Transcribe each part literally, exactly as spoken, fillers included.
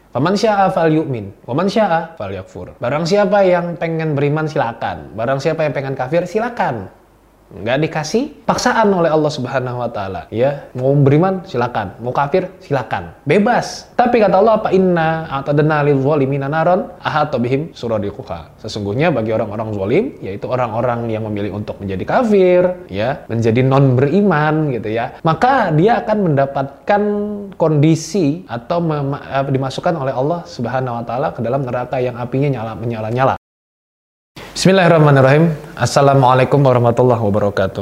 Faman syaa falyu'min, waman syaa falyakfur. Barang siapa yang pengen beriman silakan. Barang siapa yang pengen kafir silakan. Nggak dikasih paksaan oleh Allah Subhanahu wa taala. Ya, mau beriman silakan, mau kafir silakan. Bebas. Tapi kata Allah, apa inna a'tadna lil zalimina naron ahata bihim suradiquha. Sesungguhnya bagi orang-orang zalim, yaitu orang-orang yang memilih untuk menjadi kafir, ya, menjadi non beriman gitu ya. Maka dia akan mendapatkan kondisi atau dimasukkan oleh Allah Subhanahu wa taala ke dalam neraka yang apinya nyala menyala-nyala. Bismillahirrahmanirrahim. Assalamualaikum warahmatullahi wabarakatuh.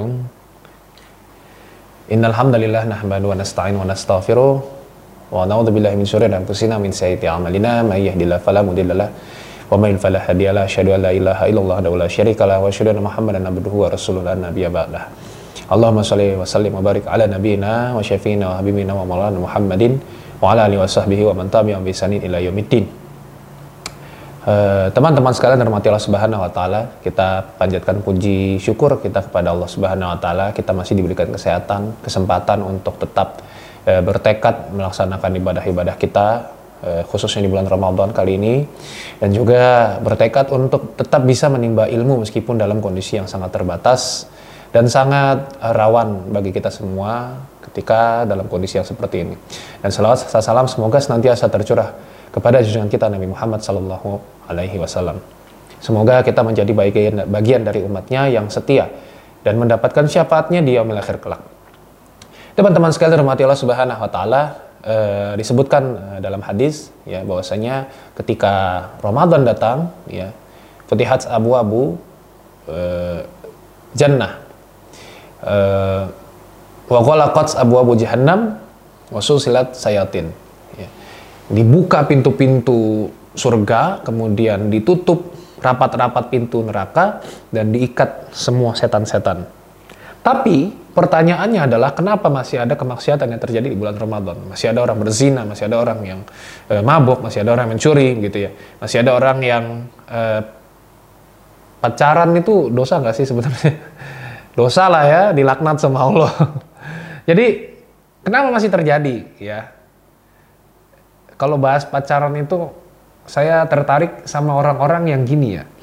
Innal hamdalillah nahmadu wa nasta'inu wa nastaghfiruh wa na'udzubillahi min syururi anfusina min sayyiati a'malina may yahdihillahu fala mudhillalah wa may yudlil fala hadiyalah. Asyhadu an la ilaha illallah wa la syarikalah wa asyhadu anna Muhammadan abduhu wa rasuluhu la nabiyya ba'dah. Allahumma shalli wa sallim wa barik ala nabiyyina wa syafiina wa habibina wa maulana Muhammadin wa ala alihi wa sahbihi wa man tabi'ahum bi ihsanin ila yaumiddin. Teman-teman uh, sekalian dirahmati Allah Subhanahu wa taala, kita panjatkan puji syukur kita kepada Allah Subhanahu wa taala. Kita masih diberikan kesehatan, kesempatan untuk tetap uh, bertekad melaksanakan ibadah-ibadah kita, uh, khususnya di bulan Ramadan kali ini, dan juga bertekad untuk tetap bisa menimba ilmu meskipun dalam kondisi yang sangat terbatas dan sangat rawan bagi kita semua ketika dalam kondisi yang seperti ini. Dan salawat serta salam semoga senantiasa tercurah kepada junjungan kita Nabi Muhammad sallallahu alaihi wasallam. Semoga kita menjadi bagian, bagian dari umatnya yang setia dan mendapatkan syafaatnya di yaumil akhir kelak. Teman-teman sekalian dirahmati Allah Subhanahu wa taala, eh, disebutkan eh, dalam hadis ya bahwasanya ketika Ramadan datang ya, futihat abu-abu eh, jannah eh, wa ghalaqat abu-abu jahannam wa susilat sayatin. Dibuka pintu-pintu surga, kemudian ditutup rapat-rapat pintu neraka, dan diikat semua setan-setan. Tapi pertanyaannya adalah kenapa masih ada kemaksiatan yang terjadi di bulan Ramadan? Masih ada orang berzina, masih ada orang yang e, mabuk, masih ada orang yang mencuri, gitu ya. Masih ada orang yang e, pacaran itu dosa nggak sih sebenarnya? Dosa lah ya, dilaknat sama Allah. Jadi kenapa masih terjadi ya? Kalau bahas pacaran itu, saya tertarik sama orang-orang yang gini ya.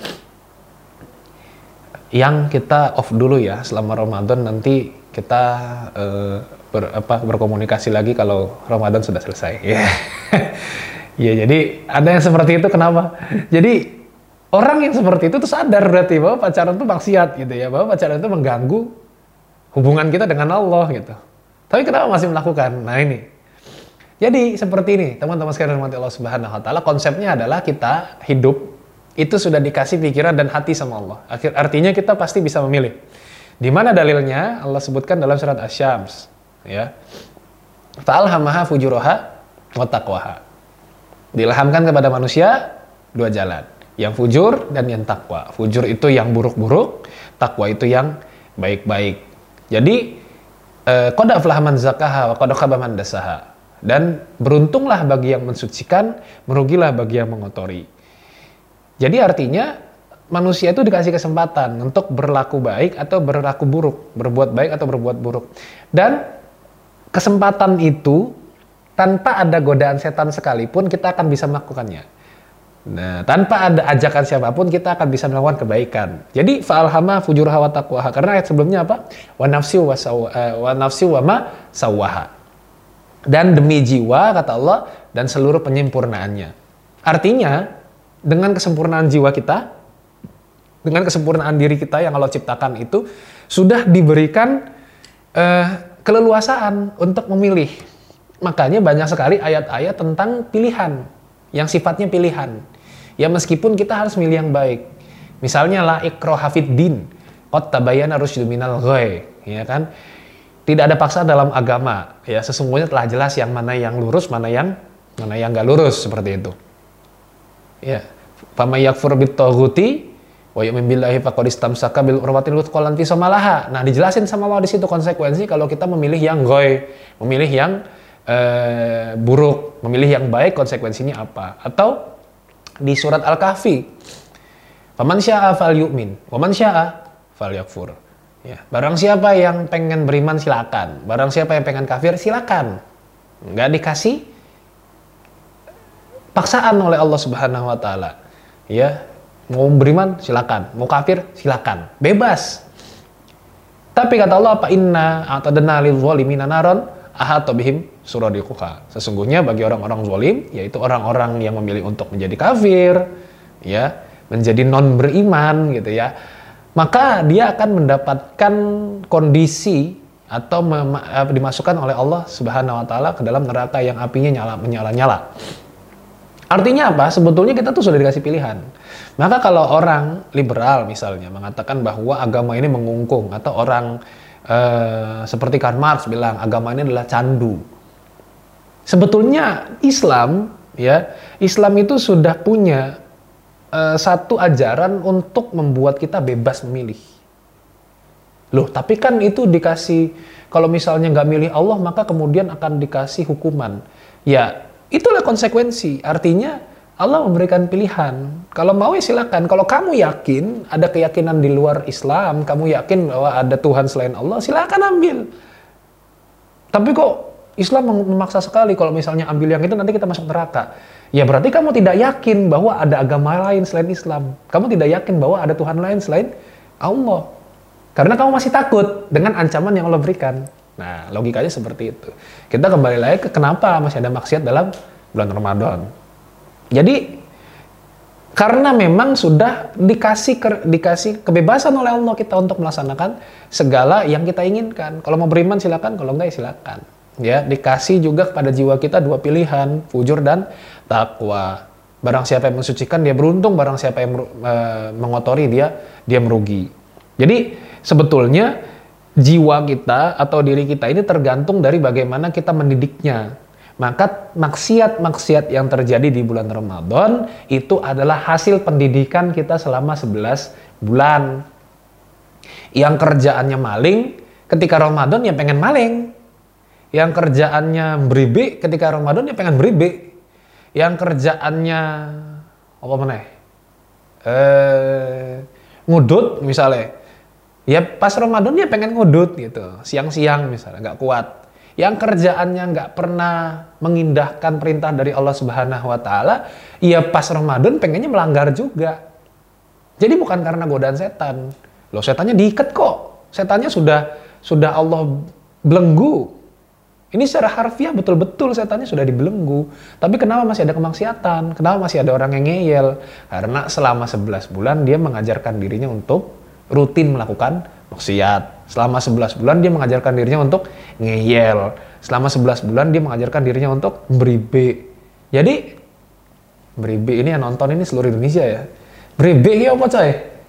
Yang kita off dulu ya selama Ramadan, nanti kita uh, ber, apa, berkomunikasi lagi kalau Ramadan sudah selesai. Ya, ya jadi ada yang seperti itu, kenapa? Jadi orang yang seperti itu tuh sadar berarti bahwa pacaran itu maksiat gitu ya, bahwa pacaran itu mengganggu hubungan kita dengan Allah gitu. Tapi kenapa masih melakukan? Nah ini. Jadi seperti ini, teman-teman sekalian dirahmati Allah Subhanahu wa taala, konsepnya adalah kita hidup itu sudah dikasih pikiran dan hati sama Allah. Akhir artinya kita pasti bisa memilih. Di mana dalilnya? Allah sebutkan dalam surat Asy-Syams, ya. Fa'alhamaha fujuraha wa taqwaha. Diilhamkan kepada manusia dua jalan, yang fujur dan yang takwa. Fujur itu yang buruk-buruk, takwa itu yang baik-baik. Jadi qad aflaha man zakkaha wa qad khaba man dassaha. Dan beruntunglah bagi yang mensucikan, merugilah bagi yang mengotori. Jadi artinya manusia itu dikasih kesempatan untuk berlaku baik atau berlaku buruk, berbuat baik atau berbuat buruk. Dan kesempatan itu tanpa ada godaan setan sekalipun kita akan bisa melakukannya. Nah, tanpa ada ajakan siapapun kita akan bisa melakukan kebaikan. Jadi fa'alhama fujuraha wa taqwaha. Karena ayat sebelumnya apa? Wa nafsi wa saw, uh, wa nafsi wa ma sawwaha. Dan demi jiwa, kata Allah, dan seluruh penyempurnaannya. Artinya, dengan kesempurnaan jiwa kita, dengan kesempurnaan diri kita yang Allah ciptakan itu, sudah diberikan uh, keleluasaan untuk memilih. Makanya banyak sekali ayat-ayat tentang pilihan, yang sifatnya pilihan. Ya meskipun kita harus milih yang baik. Misalnya, la ikraha fid din, qad tabayyana rusydu minal ghayy, ya kan? Tidak ada paksa dalam agama, ya sesungguhnya telah jelas yang mana yang lurus, mana yang mana yang nggak lurus, seperti itu. Ya, fama yakfur bit-taghuti wa yu'min billahi faqad istamsaka bil urwatil wuthqa lan fisama laha. Nah, dijelasin sama Allah di situ konsekuensi kalau kita memilih yang goy, memilih yang eh, buruk, memilih yang baik, konsekuensinya apa? Atau di surat Al-Kahfi, faman syaa falyu'min, waman syaa falyakfur. Ya, barang siapa yang pengen beriman silakan, barang siapa yang pengen kafir silakan. Nggak dikasih paksaan oleh Allah Subhanahu wa taala. Ya, mau beriman silakan, mau kafir silakan, bebas. Tapi kata Allah, apa inna a'tadna lil zalimina naron ahata bihim suradiquha. Sesungguhnya bagi orang-orang zalim, yaitu orang-orang yang memilih untuk menjadi kafir, ya, menjadi non beriman gitu ya, maka dia akan mendapatkan kondisi atau dimasukkan oleh Allah Subhanahu wa taala ke dalam neraka yang apinya nyala menyala-nyala. Artinya apa? Sebetulnya kita tuh sudah dikasih pilihan. Maka kalau orang liberal misalnya mengatakan bahwa agama ini mengungkung, atau orang eh, seperti Karl Marx bilang agama ini adalah candu. Sebetulnya Islam, ya, Islam itu sudah punya eh, satu ajaran untuk membuat kita bebas memilih. Loh, tapi kan itu dikasih, kalau misalnya nggak milih Allah, maka kemudian akan dikasih hukuman. Ya, itulah konsekuensi. Artinya Allah memberikan pilihan. Kalau mau ya silakan. Kalau kamu yakin ada keyakinan di luar Islam, kamu yakin bahwa ada Tuhan selain Allah, silakan ambil. Tapi kok Islam memaksa sekali kalau misalnya ambil yang itu nanti kita masuk neraka. Ya berarti kamu tidak yakin bahwa ada agama lain selain Islam. Kamu tidak yakin bahwa ada Tuhan lain selain Allah. Karena kamu masih takut dengan ancaman yang Allah berikan. Nah, logikanya seperti itu. Kita kembali lagi ke kenapa masih ada maksiat dalam bulan Ramadan. Jadi, karena memang sudah dikasih ke, dikasih kebebasan oleh Allah kita untuk melaksanakan segala yang kita inginkan. Kalau mau beriman silakan, kalau enggak ya silakan. Ya, dikasih juga kepada jiwa kita dua pilihan, fujur dan takwa. Barang siapa yang mensucikan dia beruntung, barang siapa yang e, mengotori dia dia merugi. Jadi, sebetulnya jiwa kita atau diri kita ini tergantung dari bagaimana kita mendidiknya. Maka maksiat-maksiat yang terjadi di bulan Ramadan itu adalah hasil pendidikan kita selama sebelas bulan. Yang kerjaannya maling, ketika Ramadan ya pengen maling. Yang kerjaannya beribi, ketika Ramadan ya pengen beribi. Yang kerjaannya apa mana? Eh, ngudut misalnya. Ya pas Ramadan dia pengen ngudut gitu, siang-siang misalnya, nggak kuat. Yang kerjaannya nggak pernah mengindahkan perintah dari Allah Subhanahu wa taala, ya pas Ramadan pengennya melanggar juga. Jadi bukan karena godaan setan. Loh, setannya diikat kok. Setannya sudah sudah Allah belenggu. Ini secara harfiah betul-betul setannya sudah dibelenggu. Tapi kenapa masih ada kemaksiatan? Kenapa masih ada orang yang ngeyel? Karena selama sebelas bulan dia mengajarkan dirinya untuk rutin melakukan maksiat. Selama sebelas bulan dia mengajarkan dirinya untuk ngeyel. Selama sebelas bulan dia mengajarkan dirinya untuk beribe. Jadi beribe ini yang nonton ini seluruh Indonesia ya. Beribe ini apa coy?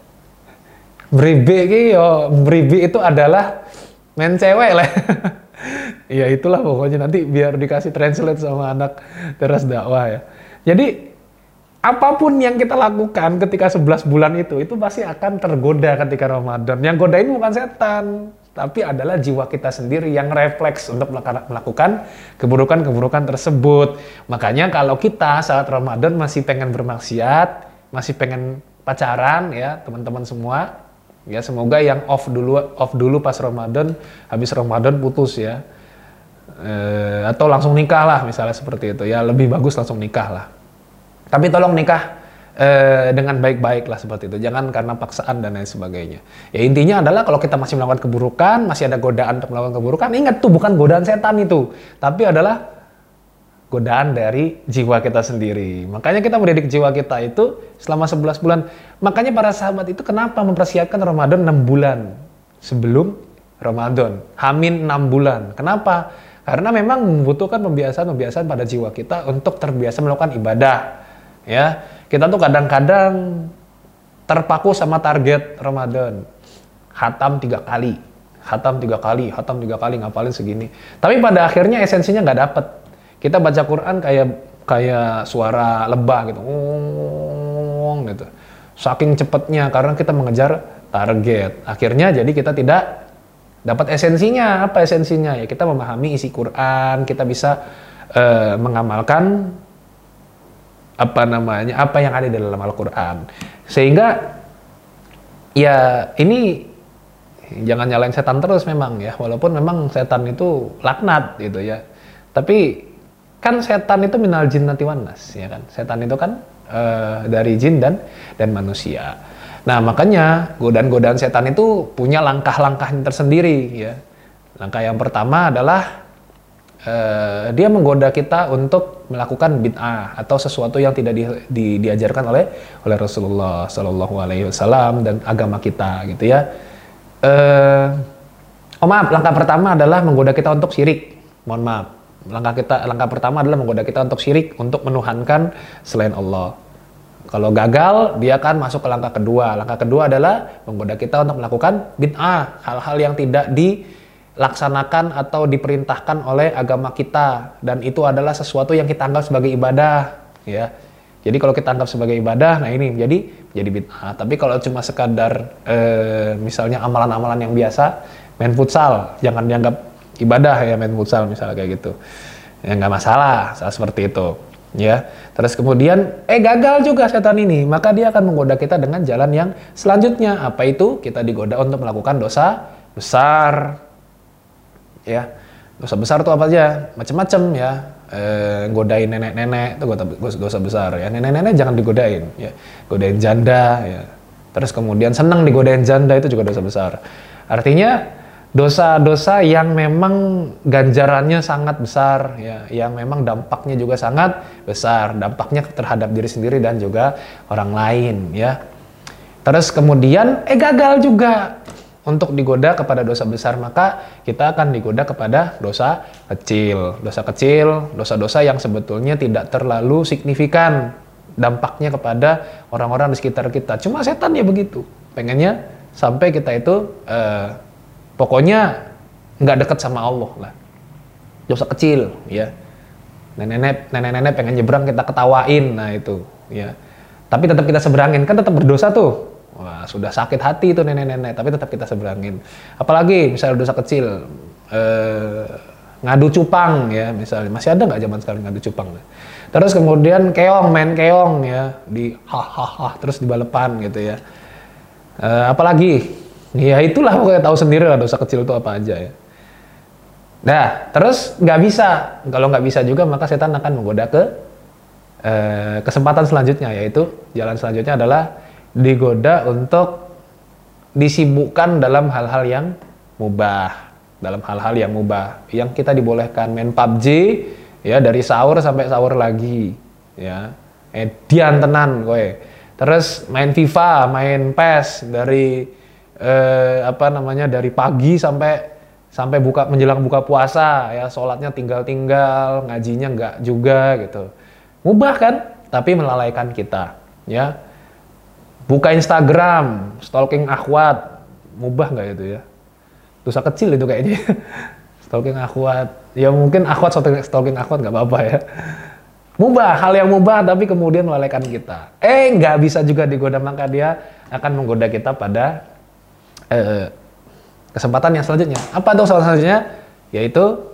Beribe ini yo, beribe itu adalah main cewek lah. Ya itulah pokoknya, nanti biar dikasih translate sama anak teras dakwah ya. Jadi apapun yang kita lakukan ketika sebelas bulan itu, itu pasti akan tergoda ketika Ramadan. Yang godain bukan setan, tapi adalah jiwa kita sendiri yang refleks untuk melakukan keburukan-keburukan tersebut. Makanya kalau kita saat Ramadan masih pengen bermaksiat, masih pengen pacaran ya teman-teman semua, ya semoga yang off dulu off dulu pas Ramadan, habis Ramadan putus ya. E, atau langsung nikah lah misalnya seperti itu. Ya lebih bagus langsung nikah lah. Tapi tolong nikah eh, dengan baik-baik lah seperti itu. Jangan karena paksaan dan lain sebagainya. Ya intinya adalah kalau kita masih melakukan keburukan, masih ada godaan untuk melakukan keburukan, ingat tuh bukan godaan setan itu. Tapi adalah godaan dari jiwa kita sendiri. Makanya kita mendidik jiwa kita itu selama sebelas bulan. Makanya para sahabat itu kenapa mempersiapkan Ramadan enam bulan sebelum Ramadan. Hamin enam bulan. Kenapa? Karena memang membutuhkan pembiasaan-pembiasaan pada jiwa kita untuk terbiasa melakukan ibadah. Ya, kita tuh kadang-kadang terpaku sama target Ramadan. Khatam tiga kali, khatam tiga kali, khatam tiga kali, ngapalin segini. Tapi pada akhirnya esensinya nggak dapet. Kita baca Quran kayak kayak suara lebah gitu, ngong gitu. Saking cepatnya karena kita mengejar target. Akhirnya jadi kita tidak dapat esensinya. Apa esensinya? Ya kita memahami isi Quran, kita bisa uh, mengamalkan apa namanya, apa yang ada di dalam Al-Quran. Sehingga ya ini jangan nyalain setan terus memang ya, walaupun memang setan itu laknat gitu ya. Tapi kan setan itu minal jinnati wan nas, ya kan? Setan itu kan uh, dari jin dan dan manusia. Nah, makanya godaan-godaan setan itu punya langkah-langkah tersendiri, ya. Langkah yang pertama adalah Uh, dia menggoda kita untuk melakukan bid'ah atau sesuatu yang tidak di, di, diajarkan oleh oleh Rasulullah Shallallahu Alaihi Wasallam dan agama kita, gitu ya. Uh, oh maaf, langkah pertama adalah menggoda kita untuk syirik. Mohon maaf, langkah kita langkah pertama adalah menggoda kita untuk syirik, untuk menuhankan selain Allah. Kalau gagal, dia akan masuk ke langkah kedua. Langkah kedua adalah menggoda kita untuk melakukan bid'ah, hal-hal yang tidak di laksanakan atau diperintahkan oleh agama kita, dan itu adalah sesuatu yang kita anggap sebagai ibadah, ya. Jadi kalau kita anggap sebagai ibadah, nah ini jadi jadi bid'ah. Tapi kalau cuma sekadar eh, misalnya amalan-amalan yang biasa, main futsal, jangan dianggap ibadah ya, main futsal misalnya kayak gitu. Ya nggak masalah, saat seperti itu, ya. Terus kemudian eh gagal juga setan ini, maka dia akan menggoda kita dengan jalan yang selanjutnya. Apa itu? Kita digoda untuk melakukan dosa besar. Ya, dosa besar itu apa aja? Macam-macam ya. E, godain nenek-nenek itu dosa besar ya. Nenek-nenek jangan digodain ya. Godain janda ya. Terus kemudian senang digodain janda itu juga dosa besar. Artinya dosa-dosa yang memang ganjarannya sangat besar ya, yang memang dampaknya juga sangat besar, dampaknya terhadap diri sendiri dan juga orang lain ya. Terus kemudian eh gagal juga untuk digoda kepada dosa besar, maka kita akan digoda kepada dosa kecil. Dosa kecil, dosa-dosa yang sebetulnya tidak terlalu signifikan dampaknya kepada orang-orang di sekitar kita. Cuma setan ya begitu. Pengennya sampai kita itu eh, pokoknya nggak dekat sama Allah lah. Dosa kecil, ya. Nenek-nenek, nenek-nenek pengen nyebrang, kita ketawain, nah itu, ya. Tapi tetap kita seberangin, kan tetap berdosa tuh. Wah, sudah sakit hati itu nenek-nenek, tapi tetap kita seberangin. Apalagi misalnya dosa kecil, eh, ngadu cupang ya, misalnya. Masih ada nggak zaman sekarang ngadu cupang? Terus kemudian keong, main keong ya, di hahaha, terus di balapan gitu ya. Eh, apalagi, ya itulah pokoknya tahu sendiri lah dosa kecil itu apa aja ya. Nah, terus nggak bisa. Kalau nggak bisa juga, maka setan akan menggoda ke eh, kesempatan selanjutnya, yaitu jalan selanjutnya adalah digoda untuk disibukkan dalam hal-hal yang mubah, dalam hal-hal yang mubah, yang kita dibolehkan main P U B G ya dari sahur sampai sahur lagi, ya, edian tenan kowe. Terus main FIFA, main P E S dari eh, apa namanya dari pagi sampai sampai buka menjelang buka puasa, ya, sholatnya tinggal-tinggal, ngajinya enggak juga gitu, mubah kan, tapi melalaikan kita, ya. Buka Instagram, stalking akhwat, mubah nggak itu ya? Dosa kecil itu kayaknya. Stalking akhwat, ya mungkin akhwat stalking, stalking akhwat nggak apa-apa ya. Mubah, hal yang mubah tapi kemudian melalaikan kita. Eh nggak bisa juga digoda, maka dia akan menggoda kita pada eh, kesempatan yang selanjutnya. Apa tuh selanjutnya? Yaitu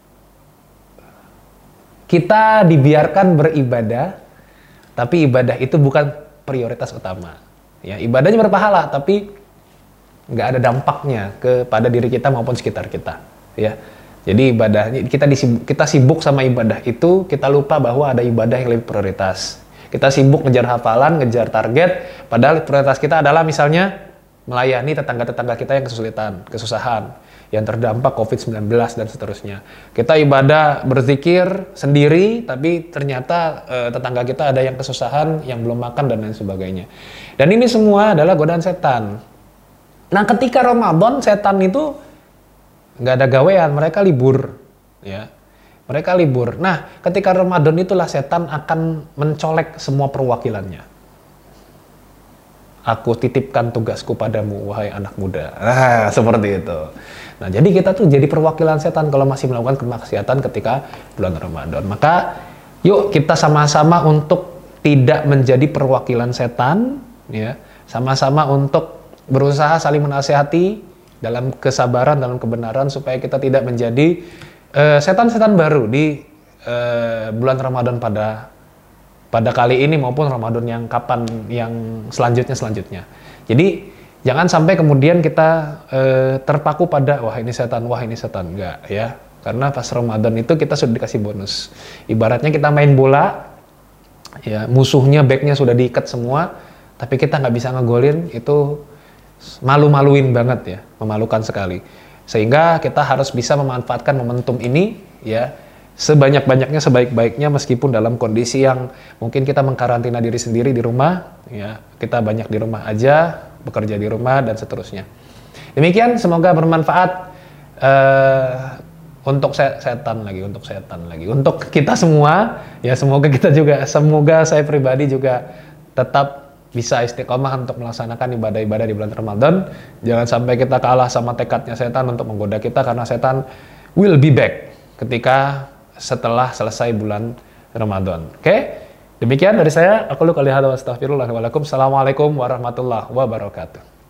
kita dibiarkan beribadah, tapi ibadah itu bukan prioritas utama. Ya, ibadahnya berpahala, tapi nggak ada dampaknya kepada diri kita maupun sekitar kita. Ya, jadi ibadahnya kita disibuk, kita sibuk sama ibadah itu, kita lupa bahwa ada ibadah yang lebih prioritas. Kita sibuk ngejar hafalan, ngejar target, padahal prioritas kita adalah misalnya melayani tetangga-tetangga kita yang kesulitan, kesusahan, yang terdampak covid sembilan belas dan seterusnya. Kita ibadah berzikir sendiri, tapi ternyata e, tetangga kita ada yang kesusahan, yang belum makan dan lain sebagainya. Dan ini semua adalah godaan setan. Nah, ketika Ramadan, setan itu nggak ada gawean, mereka libur, ya. Mereka libur. Nah, ketika Ramadan itulah setan akan mencolek semua perwakilannya. Aku titipkan tugasku padamu, wahai anak muda. Nah, seperti itu. Nah, jadi kita tuh jadi perwakilan setan kalau masih melakukan kemaksiatan ketika bulan Ramadan. Maka, yuk kita sama-sama untuk tidak menjadi perwakilan setan, ya. Sama-sama untuk berusaha saling menasihati dalam kesabaran, dalam kebenaran, supaya kita tidak menjadi uh, setan-setan baru di uh, bulan Ramadan pada pada kali ini maupun Ramadan yang kapan yang selanjutnya selanjutnya. Jadi jangan sampai kemudian kita e, terpaku pada wah ini setan, wah ini setan, enggak ya. Karena pas Ramadan itu kita sudah dikasih bonus. Ibaratnya kita main bola, ya musuhnya backnya sudah diikat semua, tapi kita nggak bisa ngegolin, itu malu-maluin banget ya, memalukan sekali. Sehingga kita harus bisa memanfaatkan momentum ini ya sebanyak-banyaknya, sebaik-baiknya, meskipun dalam kondisi yang mungkin kita mengkarantina diri sendiri di rumah, ya kita banyak di rumah aja, bekerja di rumah dan seterusnya. Demikian, semoga bermanfaat uh, untuk setan lagi, untuk setan lagi, untuk kita semua ya, semoga kita juga, semoga saya pribadi juga tetap bisa istiqomah untuk melaksanakan ibadah-ibadah di bulan Ramadan. Jangan sampai kita kalah sama tekadnya setan untuk menggoda kita, karena setan will be back ketika setelah selesai bulan Ramadan. Oke, okay? Demikian dari saya. Aku lu kali hada wa astaghfirullah wa lakum. Assalamualaikum warahmatullahi wabarakatuh.